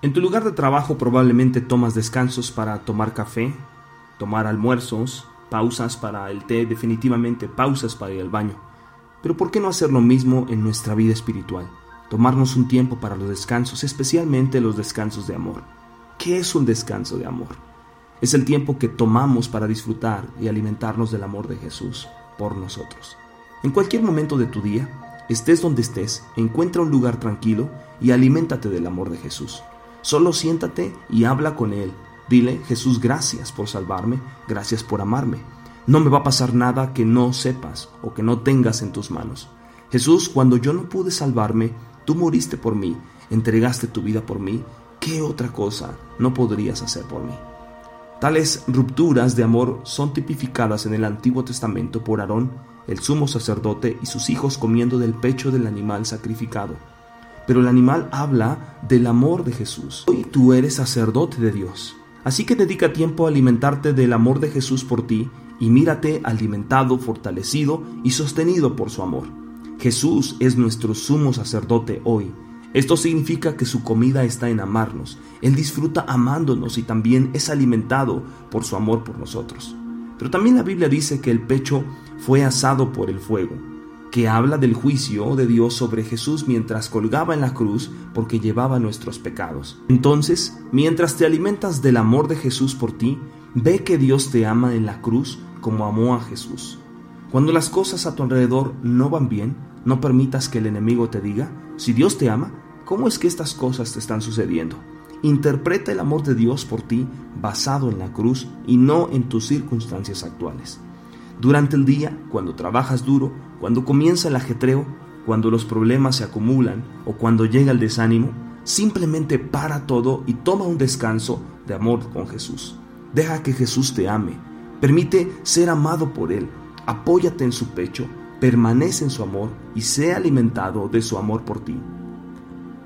En tu lugar de trabajo probablemente tomas descansos para tomar café, tomar almuerzos, pausas para el té, definitivamente pausas para ir al baño. Pero ¿por qué no hacer lo mismo en nuestra vida espiritual? Tomarnos un tiempo para los descansos, especialmente los descansos de amor. ¿Qué es un descanso de amor? Es el tiempo que tomamos para disfrutar y alimentarnos del amor de Jesús por nosotros. En cualquier momento de tu día, estés donde estés, encuentra un lugar tranquilo y aliméntate del amor de Jesús. Solo siéntate y habla con Él. Dile: Jesús, gracias por salvarme, gracias por amarme. No me va a pasar nada que no sepas o que no tengas en tus manos. Jesús, cuando yo no pude salvarme, tú moriste por mí, entregaste tu vida por mí. ¿Qué otra cosa no podrías hacer por mí? Tales rupturas de amor son tipificadas en el Antiguo Testamento por Aarón, el sumo sacerdote, y sus hijos comiendo del pecho del animal sacrificado. Pero el animal habla del amor de Jesús. Hoy tú eres sacerdote de Dios. Así que dedica tiempo a alimentarte del amor de Jesús por ti y mírate alimentado, fortalecido y sostenido por su amor. Jesús es nuestro sumo sacerdote hoy. Esto significa que su comida está en amarnos. Él disfruta amándonos y también es alimentado por su amor por nosotros. Pero también la Biblia dice que el pecho fue asado por el fuego, que habla del juicio de Dios sobre Jesús mientras colgaba en la cruz porque llevaba nuestros pecados. Entonces, mientras te alimentas del amor de Jesús por ti, ve que Dios te ama en la cruz como amó a Jesús. Cuando las cosas a tu alrededor no van bien, no permitas que el enemigo te diga: si Dios te ama, ¿cómo es que estas cosas te están sucediendo? Interpreta el amor de Dios por ti basado en la cruz y no en tus circunstancias actuales. Durante el día, cuando trabajas duro, cuando comienza el ajetreo, cuando los problemas se acumulan o cuando llega el desánimo, simplemente para todo y toma un descanso de amor con Jesús. Deja que Jesús te ame. Permite ser amado por Él. Apóyate en su pecho, permanece en su amor y sea alimentado de su amor por ti.